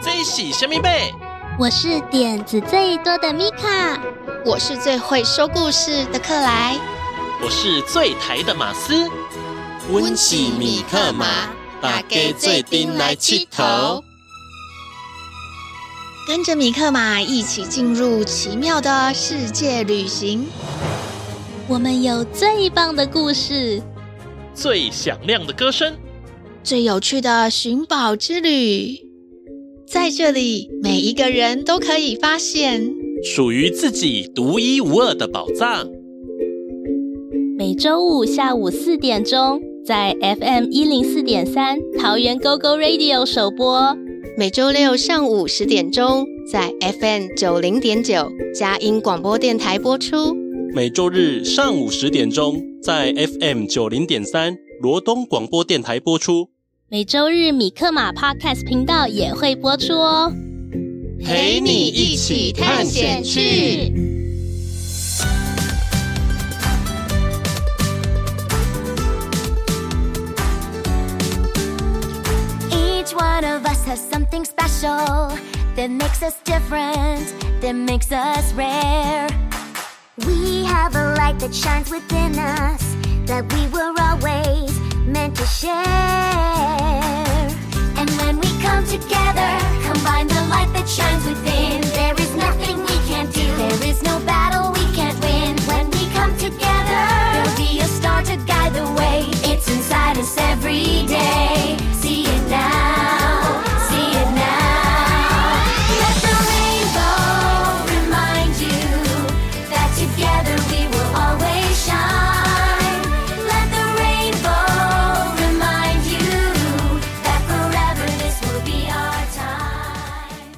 这是什么贝？ 我是点子最多的米卡， 我是最会说故事的克莱， 我是最台的马斯。 阮是米克马，大家做阵来佚佗。 跟着米克马一起进入奇妙的世界旅行。 我们有最棒的故事， 最响亮的歌声， 最有趣的寻宝之旅。在这里，每一个人都可以发现属于自己独一无二的宝藏。 每周五下午4点钟，在 FM104.3 桃园 GoGo Radio 首播； 每周六上午10点钟，在 FM90.9 佳音广播电台播出； 每周日上午10点钟，在 FM90.3 罗东广播电台播出； 每周日米克马 Podcast 频道也会播出哦。 陪你一起探险去。 Each one of us has something special that makes us different, that makes us rare. We have a light that shines within us that we were always meant to share. And when we come together, combine the light that shines within, there is nothing we can't do, there is no battle we can't win. When we come together, there'll be a star to guide the way. It's inside us every day. See it now, see it now. Let the rainbow remind you that together we will always shine. Let the rainbow remind you that forever this will be our time.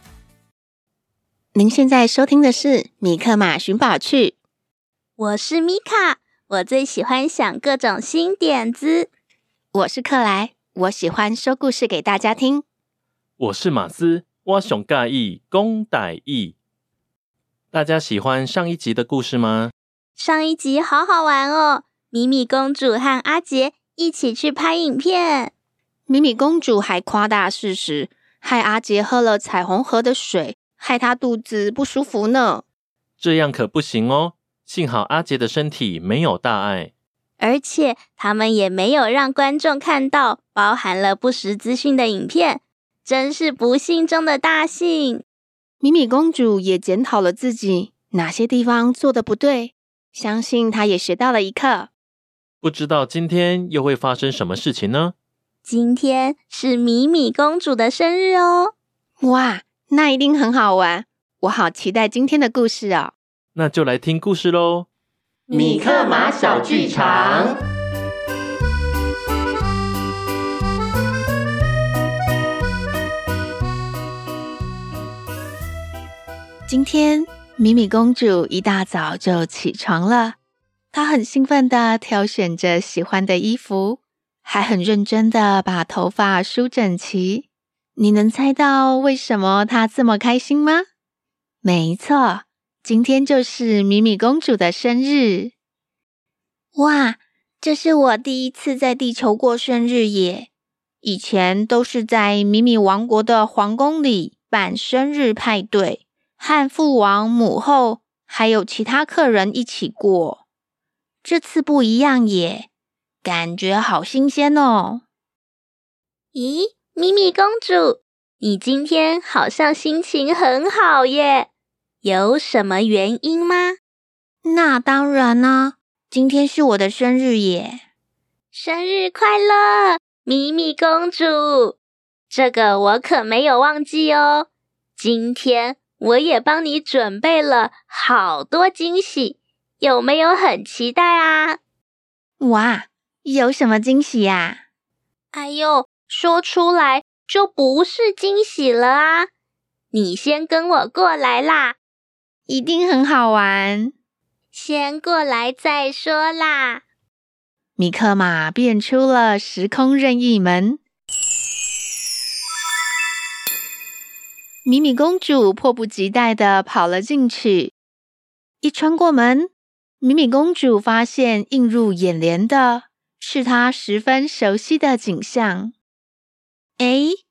您现在收听的是米克马寻宝趣。 我是米卡，我最喜欢想各种新点子。 我是克莱，我喜欢说故事给大家听。 我是马斯，我上喜意讲台语。大家喜欢上一集的故事吗？ 上一集好好玩哦，米米公主和阿杰一起去拍影片。 米米公主还夸大事实，害阿杰喝了彩虹河的水，害他肚子不舒服呢。 这样可不行哦，幸好阿杰的身体没有大碍。 而且他们也没有让观众看到包含了不实资讯的影片，真是不幸中的大幸。 米米公主也检讨了自己哪些地方做得不对，相信她也学到了一课。 不知道今天又会发生什么事情呢？ 今天是米米公主的生日哦。 哇，那一定很好玩，我好期待今天的故事哦。 那就来听故事咯。 米克马小剧场。 今天米米公主一大早就起床了，她很兴奋地挑选着喜欢的衣服，还很认真地把头发梳整齐。你能猜到为什么她这么开心吗？没错，今天就是米米公主的生日。哇，这是我第一次在地球过生日耶！以前都是在米米王国的皇宫里办生日派对，和父王、母后还有其他客人一起过。这次不一样耶，感觉好新鲜哦。 咦，米米公主，你今天好像心情很好耶，有什么原因吗？ 那当然啦，今天是我的生日耶！ 生日快乐，米米公主！这个我可没有忘记哦。今天我也帮你准备了好多惊喜，有没有很期待啊？ 哇，有什么惊喜呀？ 哎呦，说出来就不是惊喜了啊！你先跟我过来啦， 一定很好玩。 先过来再说啦。 米克马变出了时空任意门，米米公主迫不及待地跑了进去。一穿过门，米米公主发现映入眼帘的是她十分熟悉的景象。诶，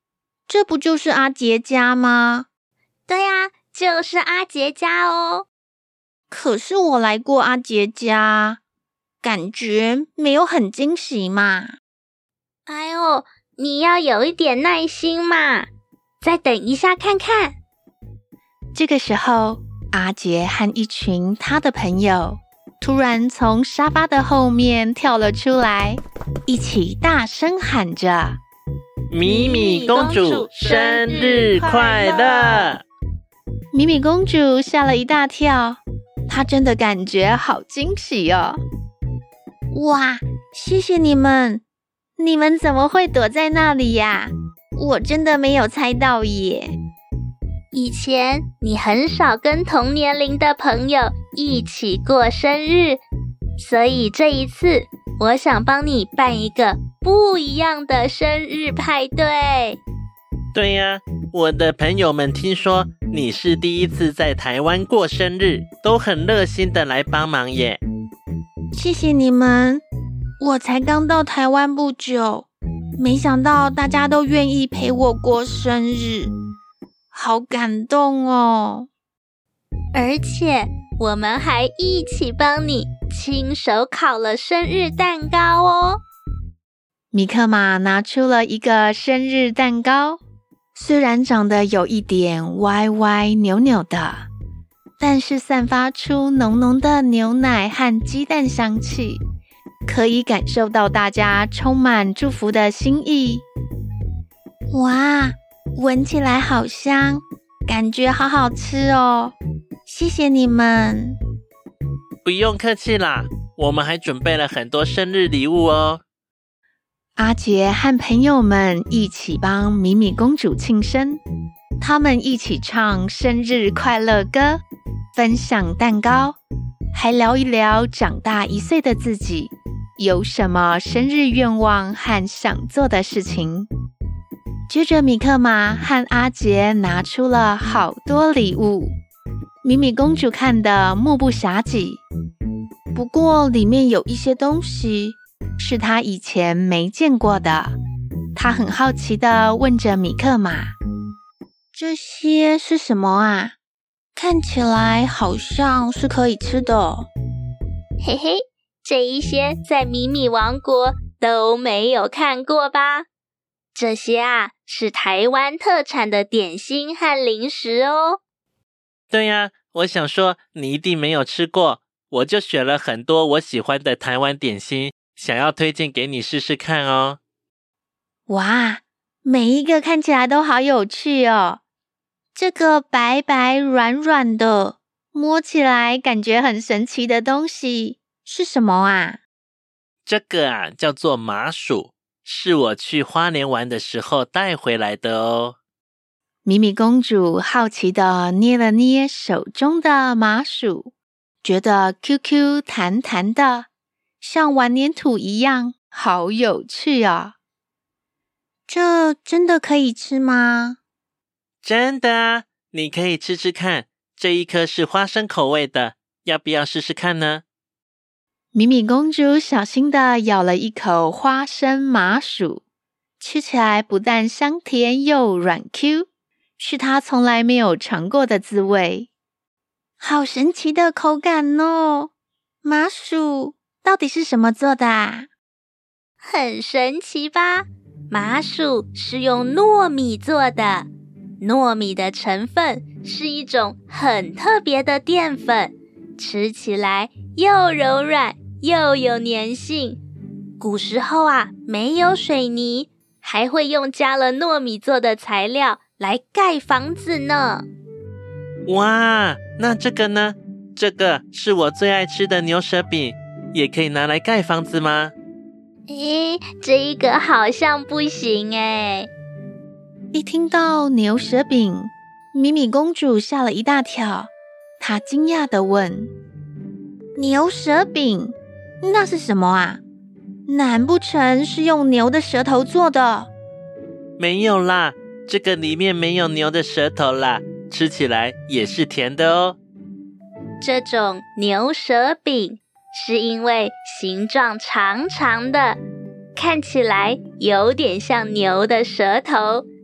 这不就是阿杰家吗？ 对啊，就是阿杰家哦。 可是我来过阿杰家，感觉没有很惊喜嘛。 哎呦，你要有一点耐心嘛，再等一下看看。 这个时候，阿杰和一群他的朋友突然从沙发的后面跳了出来，一起大声喊着： 米米公主生日快乐！ 米米公主吓了一大跳，她真的感觉好惊喜哦！哇，谢谢你们！你们怎么会躲在那里呀？我真的没有猜到耶！ 以前你很少跟同年龄的朋友一起过生日，所以这一次我想帮你办一个不一样的生日派对。 对呀，我的朋友们听说你是第一次在台湾过生日，都很热心的来帮忙耶。 谢谢你们，我才刚到台湾不久，没想到大家都愿意陪我过生日，好感动哦！ 而且我们还一起帮你亲手烤了生日蛋糕哦。 米克马拿出了一个生日蛋糕，虽然长得有一点歪歪扭扭的，但是散发出浓浓的牛奶和鸡蛋香气，可以感受到大家充满祝福的心意。哇，闻起来好香，感觉好好吃哦！谢谢你们。 不用客气啦，我们还准备了很多生日礼物哦。 阿杰和朋友们一起帮米米公主庆生，他们一起唱生日快乐歌，分享蛋糕，还聊一聊长大1岁的自己有什么生日愿望和想做的事情。接着米克马和阿杰拿出了好多礼物，米米公主看得目不暇接，不过里面有一些东西是她以前没见过的，她很好奇地问着米克马：这些是什么啊？看起来好像是可以吃的。 嘿嘿，这一些在米米王国都没有看过吧？这些啊，是台湾特产的点心和零食哦。 对呀，我想说你一定没有吃过，我就选了很多我喜欢的台湾点心，想要推荐给你试试看哦。 哇，每一个看起来都好有趣哦。这个白白软软的，摸起来感觉很神奇的东西是什么啊？ 这个啊，叫做麻薯，是我去花莲玩的时候带回来的哦。 米米公主好奇地捏了捏手中的麻薯，觉得 QQ 弹弹的，像玩粘土一样，好有趣哦。这真的可以吃吗？ 真的啊，你可以吃吃看，这一颗是花生口味的，要不要试试看呢？ 米米公主小心地咬了一口花生麻薯，吃起来不但香甜又软 Q， 是她从来没有尝过的滋味。好神奇的口感哦！麻薯到底是什么做的啊？ 很神奇吧？麻薯是用糯米做的，糯米的成分是一种很特别的淀粉，吃起来又柔软又有粘性。古时候啊，没有水泥，还会用加了糯米做的材料来盖房子呢。 哇，那这个呢？这个是我最爱吃的牛舌饼，也可以拿来盖房子吗？ 诶，这一个好像不行诶。 一听到牛舌饼，米米公主吓了一大跳，她惊讶地问：牛舌饼？那是什么啊？难不成是用牛的舌头做的？ 没有啦，这个里面没有牛的舌头啦，吃起来也是甜的哦。 这种牛舌饼是因为形状长长的，看起来有点像牛的舌头，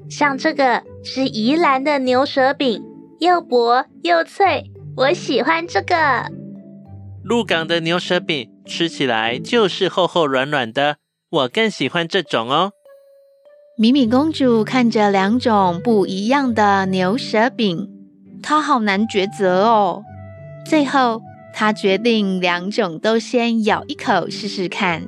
像这个是宜兰的牛舌饼，又薄又脆，我喜欢这个。 鹿港的牛舌饼吃起来就是厚厚软软的，我更喜欢这种哦。 米米公主看着2种不一样的牛舌饼，她好难抉择哦。最后，她决定2种都先咬一口试试看。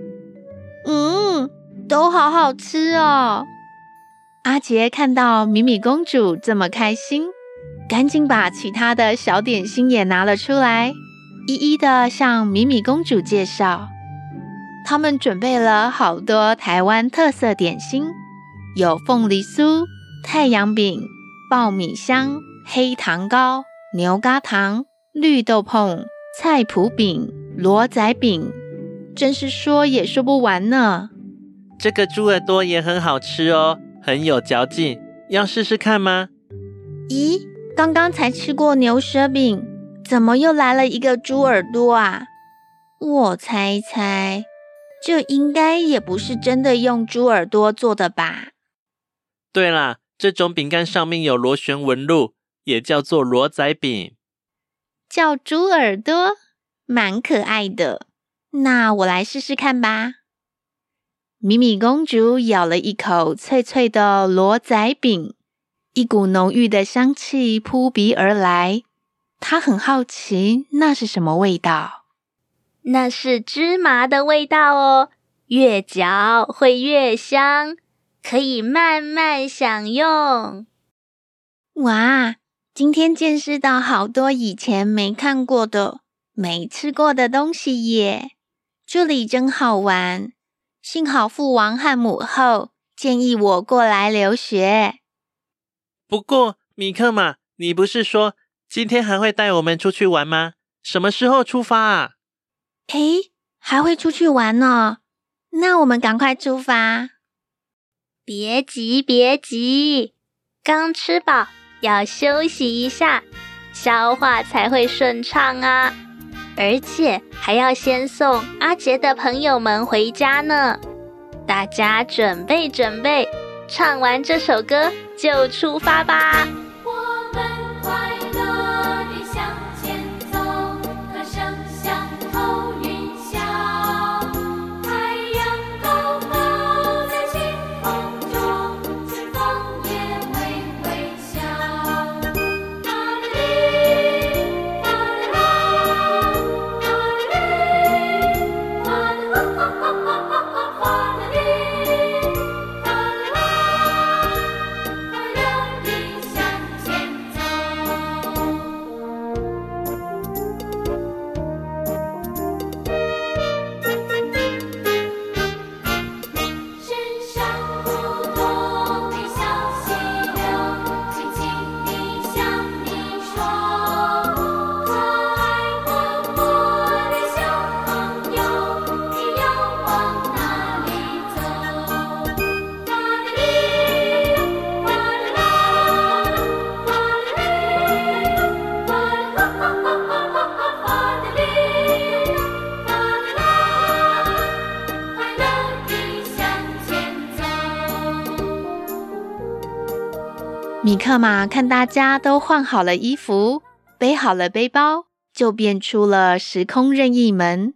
都好好吃哦。阿杰看到米米公主这么开心，赶紧把其他的小点心也拿了出来，一一的向米米公主介绍。他们准备了好多台湾特色点心，有凤梨酥、太阳饼、爆米香、黑糖糕、牛轧糖、绿豆椪、菜脯饼、螺仔饼，真是说也说不完呢。 这个猪耳朵也很好吃哦，很有嚼劲，要试试看吗？ 咦，刚刚才吃过牛舌饼，怎么又来了一个猪耳朵啊？我猜一猜，这应该也不是真的用猪耳朵做的吧？ 对啦，这种饼干上面有螺旋纹路，也叫做螺仔饼。 叫猪耳朵，蛮可爱的。那我来试试看吧。米米公主咬了一口脆脆的螺仔饼，一股浓郁的香气扑鼻而来。她很好奇，那是什么味道？ 那是芝麻的味道哦，越嚼会越香，可以慢慢享用。 哇，今天见识到好多以前没看过的、没吃过的东西耶！这里真好玩，幸好父王和母后建议我过来留学。 不过，米克玛，你不是说今天还会带我们出去玩吗？什么时候出发啊？ 诶，还会出去玩呢？那我们赶快出发。 别急，别急，刚吃饱，要休息一下，消化才会顺畅啊。而且还要先送阿杰的朋友们回家呢。大家准备准备，唱完这首歌就出发吧。 我们快乐地向前走，歌声像头云霄，太阳高高在晴空中，春风也微微笑。啦啦哩，啦啦啦，啦啦哩，啦啦哈哈哈哈哈哈，啦啦哩，啦啦啦，快乐地向前走。山上不动的小溪流，轻轻地向你说，可爱活泼的小朋友，你要往哪里走？啦啦哩，啦啦啦，啦啦哩，啦啦哈哈哈哈哈哈，啦啦哩，啦啦啦，快乐地向前走。 米克玛看大家都换好了衣服，背好了背包，就变出了时空任意门。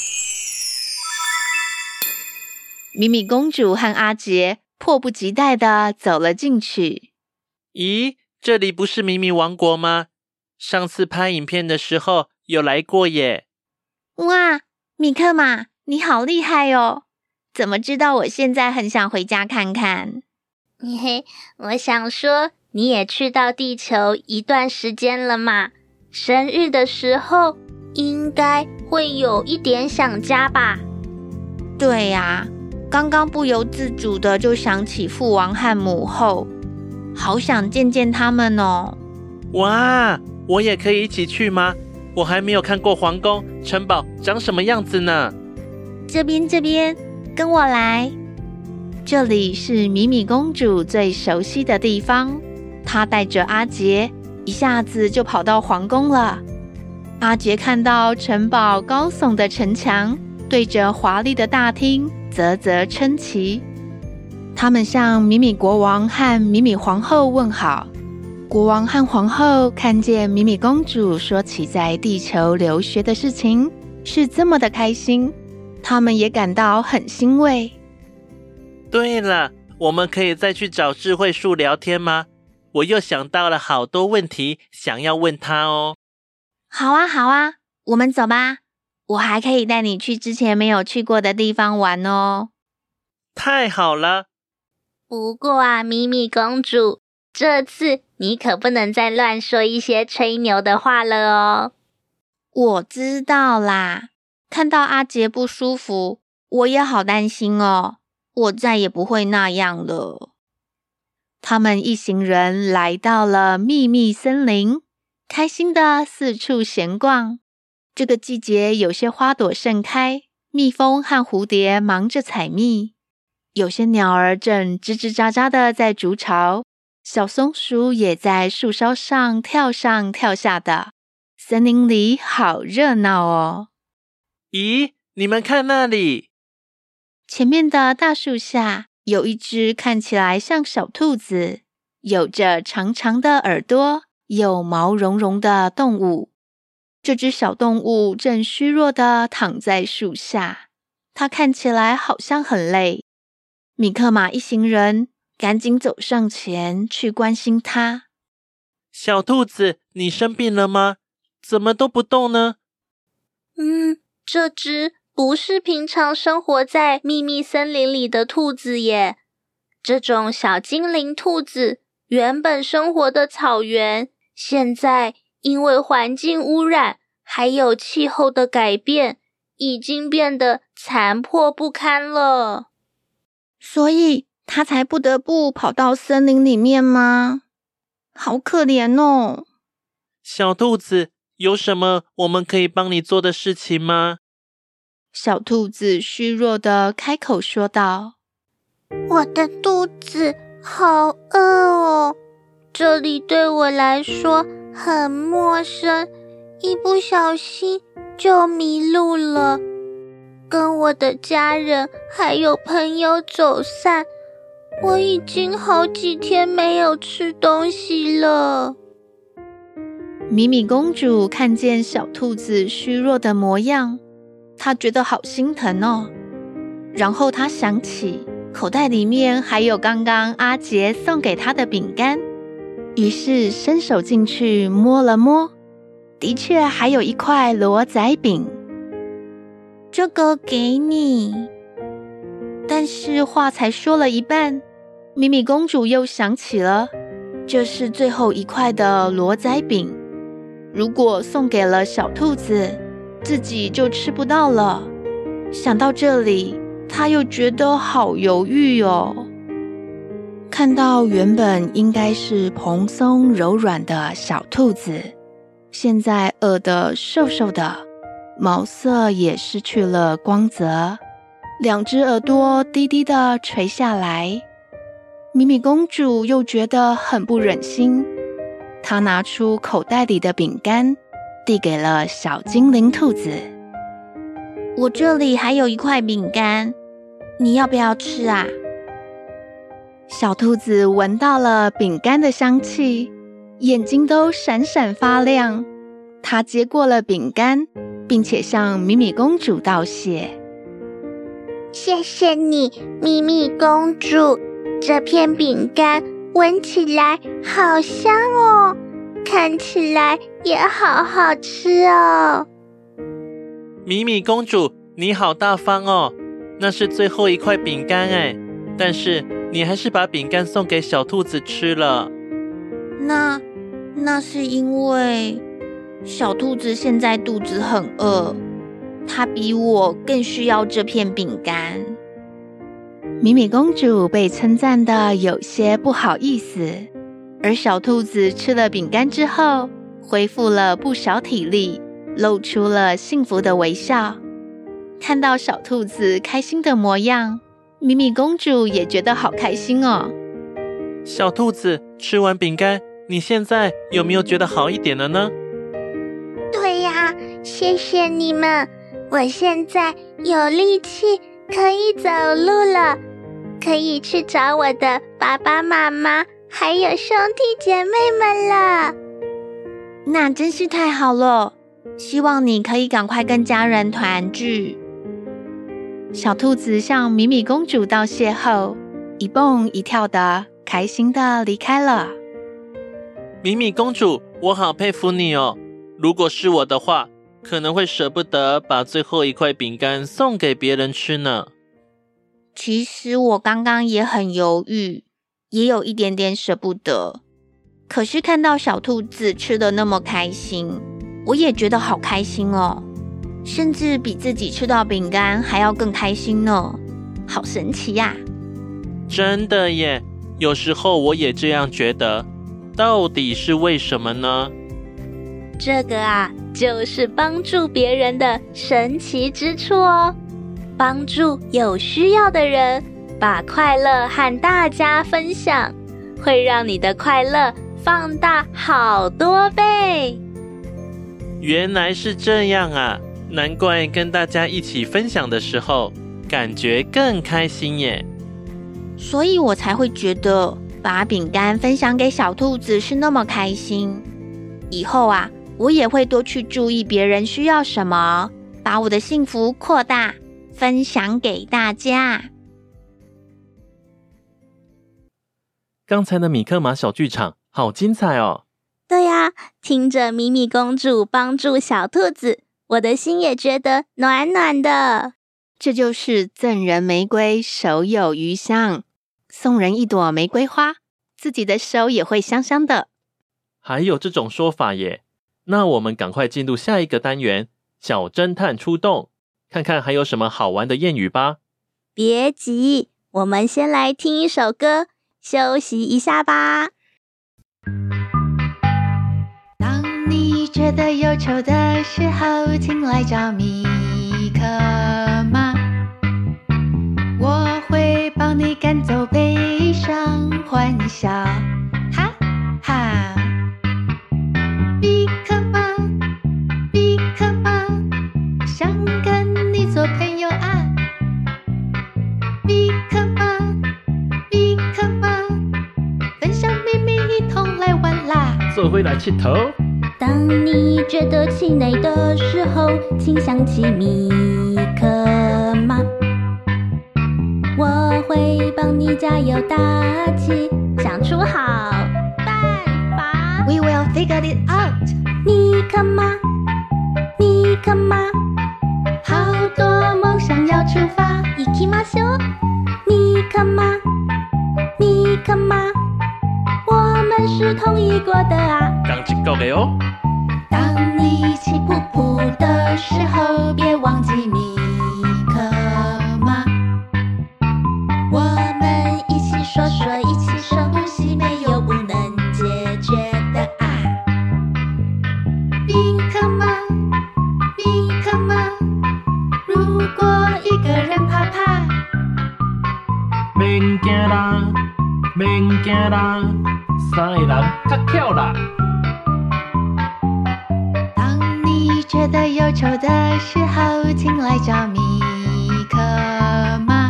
米米公主和阿杰迫不及待地走了进去。 咦，这里不是米米王国吗？上次拍影片的时候有来过耶。 哇，米克玛，你好厉害哦！怎么知道我现在很想回家看看？ 嘿嘿，我想说，你也去到地球一段时间了嘛，生日的时候应该会有一点想家吧？ 对呀，刚刚不由自主的就想起父王和母后，好想见见他们哦。 哇，我也可以一起去吗？我还没有看过皇宫、城堡长什么样子呢。 这边，跟我来。这里是米米公主最熟悉的地方，她带着阿杰，一下子就跑到皇宫了。阿杰看到城堡高耸的城墙，对着华丽的大厅啧啧称奇。 他们向米米国王和米米皇后问好。国王和皇后看见米米公主说起在地球留学的事情，是这么的开心，他们也感到很欣慰。 对了，我们可以再去找智慧树聊天吗？我又想到了好多问题想要问他哦。 好啊，好啊，我们走吧。我还可以带你去之前没有去过的地方玩哦。 太好了。 不过啊，米米公主，这次你可不能再乱说一些吹牛的话了哦。我知道啦，看到阿杰不舒服，我也好担心哦。我再也不会那样了。 他们一行人来到了秘密森林，开心的四处闲逛。这个季节有些花朵盛开，蜜蜂和蝴蝶忙着采蜜，有些鸟儿正吱吱喳喳的在筑巢，小松鼠也在树梢上跳上跳下的。森林里好热闹哦。 咦，你们看那里， 前面的大树下有一只看起来像小兔子，有着长长的耳朵，又毛茸茸的动物。这只小动物正虚弱地躺在树下，它看起来好像很累。米克马一行人赶紧走上前去关心它。 小兔子，你生病了吗？怎么都不动呢？ 这只不是平常生活在秘密森林里的兔子耶。这种小精灵兔子原本生活的草原，现在因为环境污染还有气候的改变，已经变得残破不堪了。所以它才不得不跑到森林里面吗？好可怜哦。 小兔子，有什么我们可以帮你做的事情吗？ 小兔子虚弱地开口说道： 我的肚子好饿哦，这里对我来说很陌生，一不小心就迷路了，跟我的家人还有朋友走散，我已经好几天没有吃东西了。 米米公主看见小兔子虚弱的模样，她觉得好心疼哦。然后她想起口袋里面还有刚刚阿杰送给她的饼干，于是伸手进去摸了摸，的确还有一块螺仔饼。 这个给你。 但是话才说了一半，米米公主又想起了，这是最后一块的螺仔饼，如果送给了小兔子，自己就吃不到了。想到这里，她又觉得好犹豫哦。看到原本应该是蓬松柔软的小兔子，现在饿得瘦瘦的，毛色也失去了光泽，两只耳朵低低的垂下来。米米公主又觉得很不忍心，她拿出口袋里的饼干，递给了小精灵兔子。 我这里还有一块饼干，你要不要吃啊？ 小兔子闻到了饼干的香气，眼睛都闪闪发亮。它接过了饼干，并且向米米公主道谢。 谢谢你，米米公主。这片饼干闻起来好香哦，看起来也好好吃哦。 米米公主，你好大方哦，那是最后一块饼干哎，但是你还是把饼干送给小兔子吃了。 那是因为小兔子现在肚子很饿，它比我更需要这片饼干。 米米公主被称赞的有些不好意思，而小兔子吃了饼干之后，恢复了不少体力，露出了幸福的微笑。看到小兔子开心的模样，米米公主也觉得好开心哦。 小兔子，吃完饼干，你现在有没有觉得好一点了呢？ 对呀，谢谢你们，我现在有力气可以走路了， 可以去找我的爸爸妈妈还有兄弟姐妹们了。 那真是太好了，希望你可以赶快跟家人团聚。小兔子向米米公主道谢后，一蹦一跳的开心的离开了。 米米公主，我好佩服你哦！如果是我的话，可能会舍不得把最后一块饼干送给别人吃呢。 其实我刚刚也很犹豫，也有一点点舍不得。可是看到小兔子吃得那么开心，我也觉得好开心哦，甚至比自己吃到饼干还要更开心呢，好神奇呀！ 真的耶，有时候我也这样觉得，到底是为什么呢？ 这个啊，就是帮助别人的神奇之处哦。帮助有需要的人，把快乐和大家分享，会让你的快乐放大好多倍。 原来是这样啊，难怪跟大家一起分享的时候，感觉更开心耶。 所以我才会觉得把饼干分享给小兔子是那么开心。以后啊，我也会多去注意别人需要什么，把我的幸福扩大，分享给大家。 刚才的米克马小剧场好精彩哦！ 对呀，听着米米公主帮助小兔子，我的心也觉得暖暖的。 这就是赠人玫瑰，手有余香。送人一朵玫瑰花，自己的手也会香香的。 还有这种说法耶！那我们赶快进入下一个单元，小侦探出动，看看还有什么好玩的谚语吧。 别急，我们先来听一首歌，休息一下吧。 当你觉得忧愁的时候，请来找米克马，我会帮你赶走悲伤，欢笑，哈哈。米克马，米克马，想跟你做朋友啊。米克马，米克马，分享秘密一同来玩啦。 做回来佚佗。 当你觉得气馁的时候，请想起米克马，我会帮你加油打气，想出好办法。 We will figure it out。 米克马，米克马， 好多梦想要出发。 行きましょう。米克马，米克马，我们是同一国的啊。 讲一国的哦。 当你气噗噗的时候，别忘记米克马，我们一起说说，一起深呼吸，没有不能解决的啊。米克马，米克马，如果一个人怕怕， 免惊啦，免惊啦，三个人较巧啦。 当你觉得忧愁的时候，请来找米克马，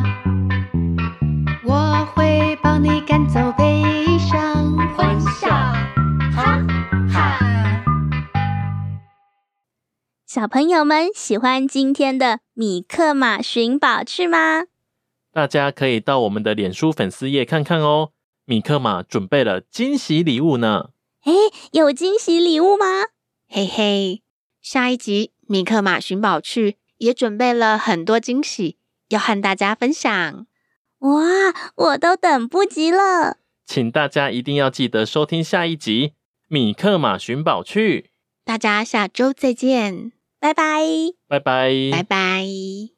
我会帮你赶走悲伤，欢笑，哈哈。 小朋友们喜欢今天的米克马寻宝趣吗？ 大家可以到我们的脸书粉丝页看看哦。米克马准备了惊喜礼物呢。 有惊喜礼物吗？ 嘿嘿，下一集米克马寻宝趣也准备了很多惊喜，要和大家分享。 哇，我都等不及了！ 请大家一定要记得收听下一集《米克马寻宝趣》。 大家下周再见， 拜拜， 拜拜， 拜拜。